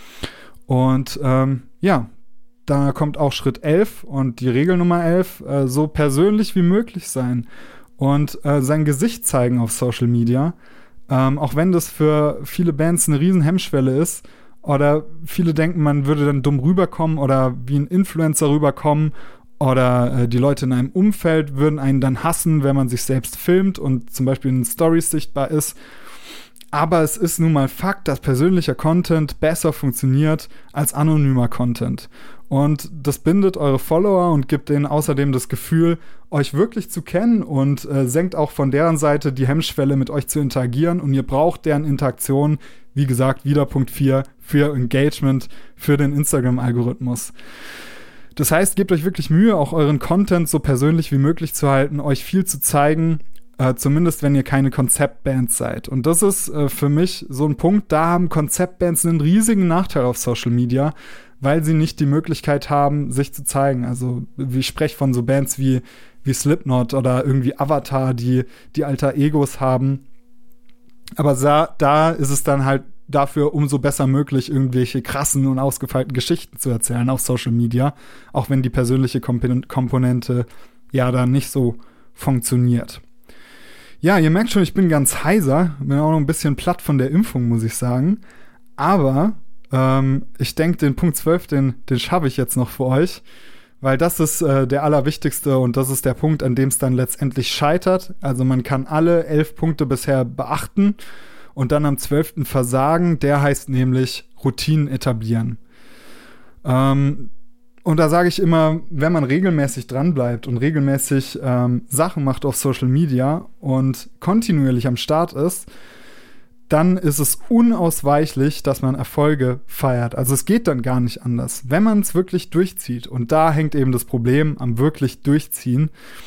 Und ähm, ja, da kommt auch Schritt elf und die Regel Nummer elf, äh, so persönlich wie möglich sein und äh, sein Gesicht zeigen auf Social Media. Ähm, auch wenn das für viele Bands eine riesen Hemmschwelle ist oder viele denken, man würde dann dumm rüberkommen oder wie ein Influencer rüberkommen oder äh, die Leute in einem Umfeld würden einen dann hassen, wenn man sich selbst filmt und zum Beispiel in Stories sichtbar ist. Aber es ist nun mal Fakt, dass persönlicher Content besser funktioniert als anonymer Content. Und das bindet eure Follower und gibt denen außerdem das Gefühl, euch wirklich zu kennen und äh, senkt auch von deren Seite die Hemmschwelle, mit euch zu interagieren. Und ihr braucht deren Interaktion, wie gesagt, wieder Punkt vier, für Engagement, für den Instagram-Algorithmus. Das heißt, gebt euch wirklich Mühe, auch euren Content so persönlich wie möglich zu halten, euch viel zu zeigen, äh, zumindest wenn ihr keine Konzeptbands seid. Und das ist äh, für mich so ein Punkt, da haben Konzeptbands einen riesigen Nachteil auf Social Media, weil sie nicht die Möglichkeit haben, sich zu zeigen. Also ich spreche von so Bands wie, wie Slipknot oder irgendwie Avatar, die, die alter Egos haben. Aber da, da ist es dann halt dafür umso besser möglich, irgendwelche krassen und ausgefeilten Geschichten zu erzählen auf Social Media, auch wenn die persönliche Komp- Komponente ja dann nicht so funktioniert. Ja, ihr merkt schon, ich bin ganz heiser, bin auch noch ein bisschen platt von der Impfung, muss ich sagen. Aber ähm, ich denke, den Punkt zwölf, den, den schaffe ich jetzt noch für euch, weil das ist äh, der allerwichtigste und das ist der Punkt, an dem es dann letztendlich scheitert. Also man kann alle elf Punkte bisher beachten und dann am zwölften versagen. Der heißt nämlich Routinen etablieren. Ähm, und da sage ich immer, wenn man regelmäßig dranbleibt und regelmäßig ähm, Sachen macht auf Social Media und kontinuierlich am Start ist, dann ist es unausweichlich, dass man Erfolge feiert. Also es geht dann gar nicht anders, wenn man es wirklich durchzieht. Und da hängt eben das Problem am wirklich Durchziehen.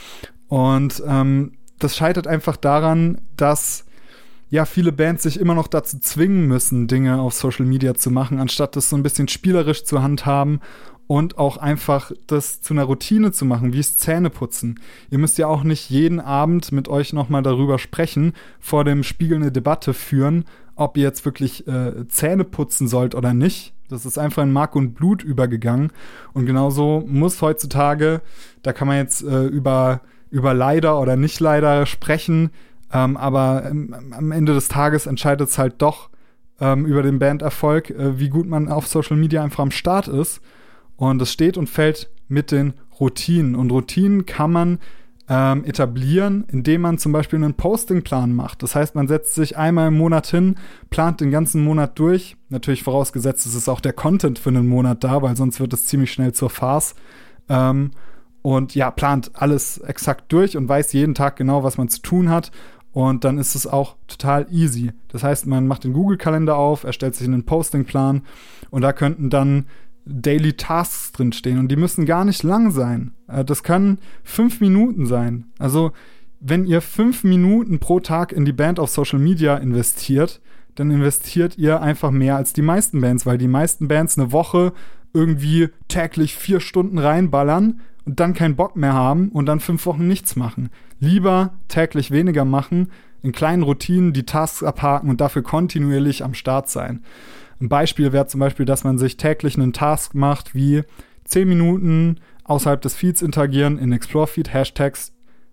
Und ähm, das scheitert einfach daran, dass ja viele Bands sich immer noch dazu zwingen müssen, Dinge auf Social Media zu machen, anstatt das so ein bisschen spielerisch zu handhaben und auch einfach das zu einer Routine zu machen, wie es Zähneputzen. Ihr müsst ja auch nicht jeden Abend mit euch nochmal darüber sprechen, vor dem Spiegel eine Debatte führen, ob ihr jetzt wirklich äh, Zähne putzen sollt oder nicht. Das ist einfach in Mark und Blut übergegangen. Und genauso muss heutzutage, da kann man jetzt äh, über, über leider oder nicht leider sprechen, ähm, aber ähm, am Ende des Tages entscheidet es halt doch ähm, über den Banderfolg, äh, wie gut man auf Social Media einfach am Start ist. Und es steht und fällt mit den Routinen. Und Routinen kann man ähm, etablieren, indem man zum Beispiel einen Postingplan macht. Das heißt, man setzt sich einmal im Monat hin, plant den ganzen Monat durch. Natürlich vorausgesetzt, es ist auch der Content für einen Monat da, weil sonst wird es ziemlich schnell zur Farce. Ähm, und ja, plant alles exakt durch und weiß jeden Tag genau, was man zu tun hat. Und dann ist es auch total easy. Das heißt, man macht den Google-Kalender auf, erstellt sich einen Postingplan und da könnten dann Daily Tasks drinstehen und die müssen gar nicht lang sein. Das können fünf Minuten sein. Also wenn ihr fünf Minuten pro Tag in die Band auf Social Media investiert, dann investiert ihr einfach mehr als die meisten Bands, weil die meisten Bands eine Woche irgendwie täglich vier Stunden reinballern und dann keinen Bock mehr haben und dann fünf Wochen nichts machen. Lieber täglich weniger machen, in kleinen Routinen die Tasks abhaken und dafür kontinuierlich am Start sein. Ein Beispiel wäre zum Beispiel, dass man sich täglich einen Task macht, wie zehn Minuten außerhalb des Feeds interagieren, in Explore-Feed, Hashtags,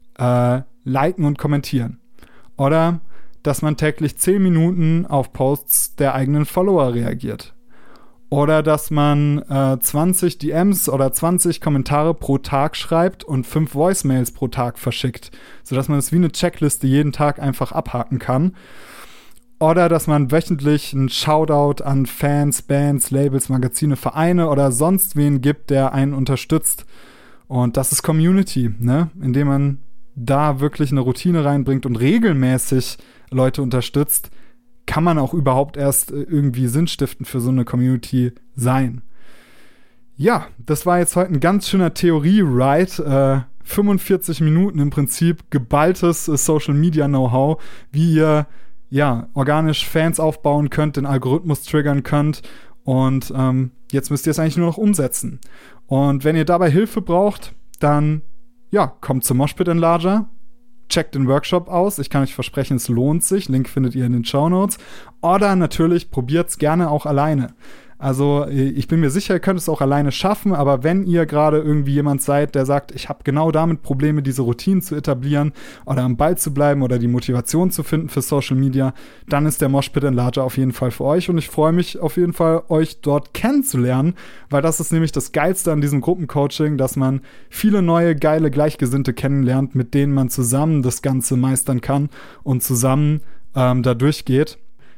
äh, liken und kommentieren. Oder dass man täglich zehn Minuten auf Posts der eigenen Follower reagiert. Oder dass man äh, zwanzig D Ms oder zwanzig Kommentare pro Tag schreibt und fünf Voicemails pro Tag verschickt, sodass man es wie eine Checkliste jeden Tag einfach abhaken kann. Oder dass man wöchentlich einen Shoutout an Fans, Bands, Labels, Magazine, Vereine oder sonst wen gibt, der einen unterstützt. Und das ist Community, ne? Indem man da wirklich eine Routine reinbringt und regelmäßig Leute unterstützt, kann man auch überhaupt erst irgendwie sinnstiftend für so eine Community sein. Ja, das war jetzt heute ein ganz schöner Theorie-Ride. Äh, fünfundvierzig Minuten im Prinzip geballtes äh, Social-Media-Know-how, wie ihr ja, organisch Fans aufbauen könnt, den Algorithmus triggern könnt und ähm, jetzt müsst ihr es eigentlich nur noch umsetzen. Und wenn ihr dabei Hilfe braucht, dann ja, kommt zum Moshpit Enlarger, checkt den Workshop aus. Ich kann euch versprechen, es lohnt sich. Link findet ihr in den Shownotes. Oder natürlich probiert's gerne auch alleine. Also ich bin mir sicher, ihr könnt es auch alleine schaffen, aber wenn ihr gerade irgendwie jemand seid, der sagt, ich habe genau damit Probleme, diese Routinen zu etablieren oder am Ball zu bleiben oder die Motivation zu finden für Social Media, dann ist der Moshpit Enlarger auf jeden Fall für euch und ich freue mich auf jeden Fall, euch dort kennenzulernen, weil das ist nämlich das Geilste an diesem Gruppencoaching, dass man viele neue, geile Gleichgesinnte kennenlernt, mit denen man zusammen das Ganze meistern kann und zusammen ähm, da durchgeht.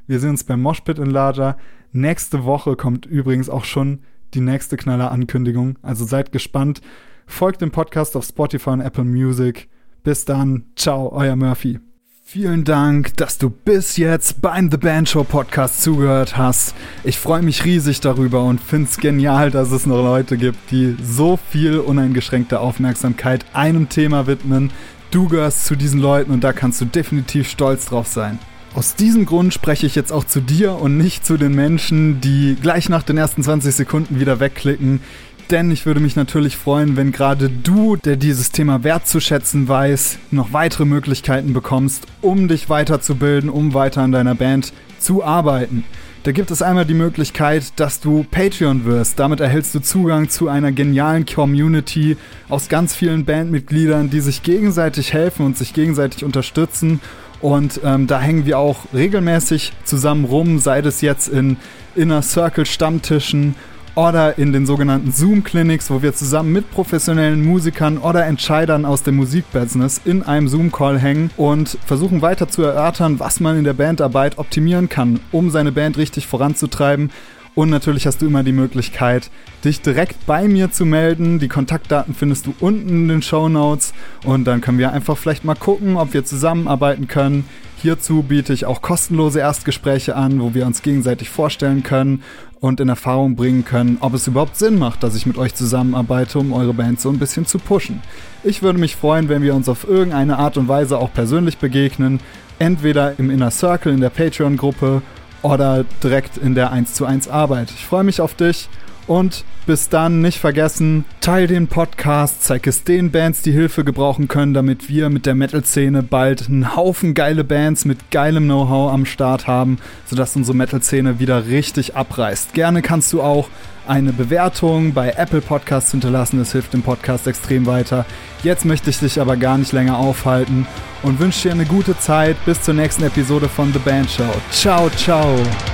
Wir sehen uns beim Moshpit Enlarger. Nächste Woche kommt übrigens auch schon die nächste Knaller-Ankündigung. Also seid gespannt. Folgt dem Podcast auf Spotify und Apple Music. Bis dann. Ciao, euer Murphy. Vielen Dank, dass du bis jetzt beim The Band Show Podcast zugehört hast. Ich freue mich riesig darüber und finde es genial, dass es noch Leute gibt, die so viel uneingeschränkte Aufmerksamkeit einem Thema widmen. Du gehörst zu diesen Leuten und da kannst du definitiv stolz drauf sein. Aus diesem Grund spreche ich jetzt auch zu dir und nicht zu den Menschen, die gleich nach den ersten zwanzig Sekunden wieder wegklicken. Denn ich würde mich natürlich freuen, wenn gerade du, der dieses Thema wertzuschätzen weiß, noch weitere Möglichkeiten bekommst, um dich weiterzubilden, um weiter an deiner Band zu arbeiten. Da gibt es einmal die Möglichkeit, dass du Patreon wirst. Damit erhältst du Zugang zu einer genialen Community aus ganz vielen Bandmitgliedern, die sich gegenseitig helfen und sich gegenseitig unterstützen. Und ähm, da hängen wir auch regelmäßig zusammen rum, sei es jetzt in Inner Circle Stammtischen oder in den sogenannten Zoom-Clinics, wo wir zusammen mit professionellen Musikern oder Entscheidern aus dem Musikbusiness in einem Zoom-Call hängen und versuchen weiter zu erörtern, was man in der Bandarbeit optimieren kann, um seine Band richtig voranzutreiben. Und natürlich hast du immer die Möglichkeit, dich direkt bei mir zu melden. Die Kontaktdaten findest du unten in den Shownotes und dann können wir einfach vielleicht mal gucken, ob wir zusammenarbeiten können. Hierzu biete ich auch kostenlose Erstgespräche an, wo wir uns gegenseitig vorstellen können und in Erfahrung bringen können, ob es überhaupt Sinn macht, dass ich mit euch zusammenarbeite, um eure Band so ein bisschen zu pushen. Ich würde mich freuen, wenn wir uns auf irgendeine Art und Weise auch persönlich begegnen, entweder im Inner Circle, in der Patreon-Gruppe oder direkt in der eins zu eins Arbeit. Ich freue mich auf dich und bis dann nicht vergessen, teil den Podcast, zeig es den Bands, die Hilfe gebrauchen können, damit wir mit der Metal-Szene bald einen Haufen geile Bands mit geilem Know-how am Start haben, sodass unsere Metal-Szene wieder richtig abreißt. Gerne kannst du auch eine Bewertung bei Apple Podcasts hinterlassen, das hilft dem Podcast extrem weiter. Jetzt möchte ich dich aber gar nicht länger aufhalten und wünsche dir eine gute Zeit. Bis zur nächsten Episode von The Band Show. Ciao, ciao.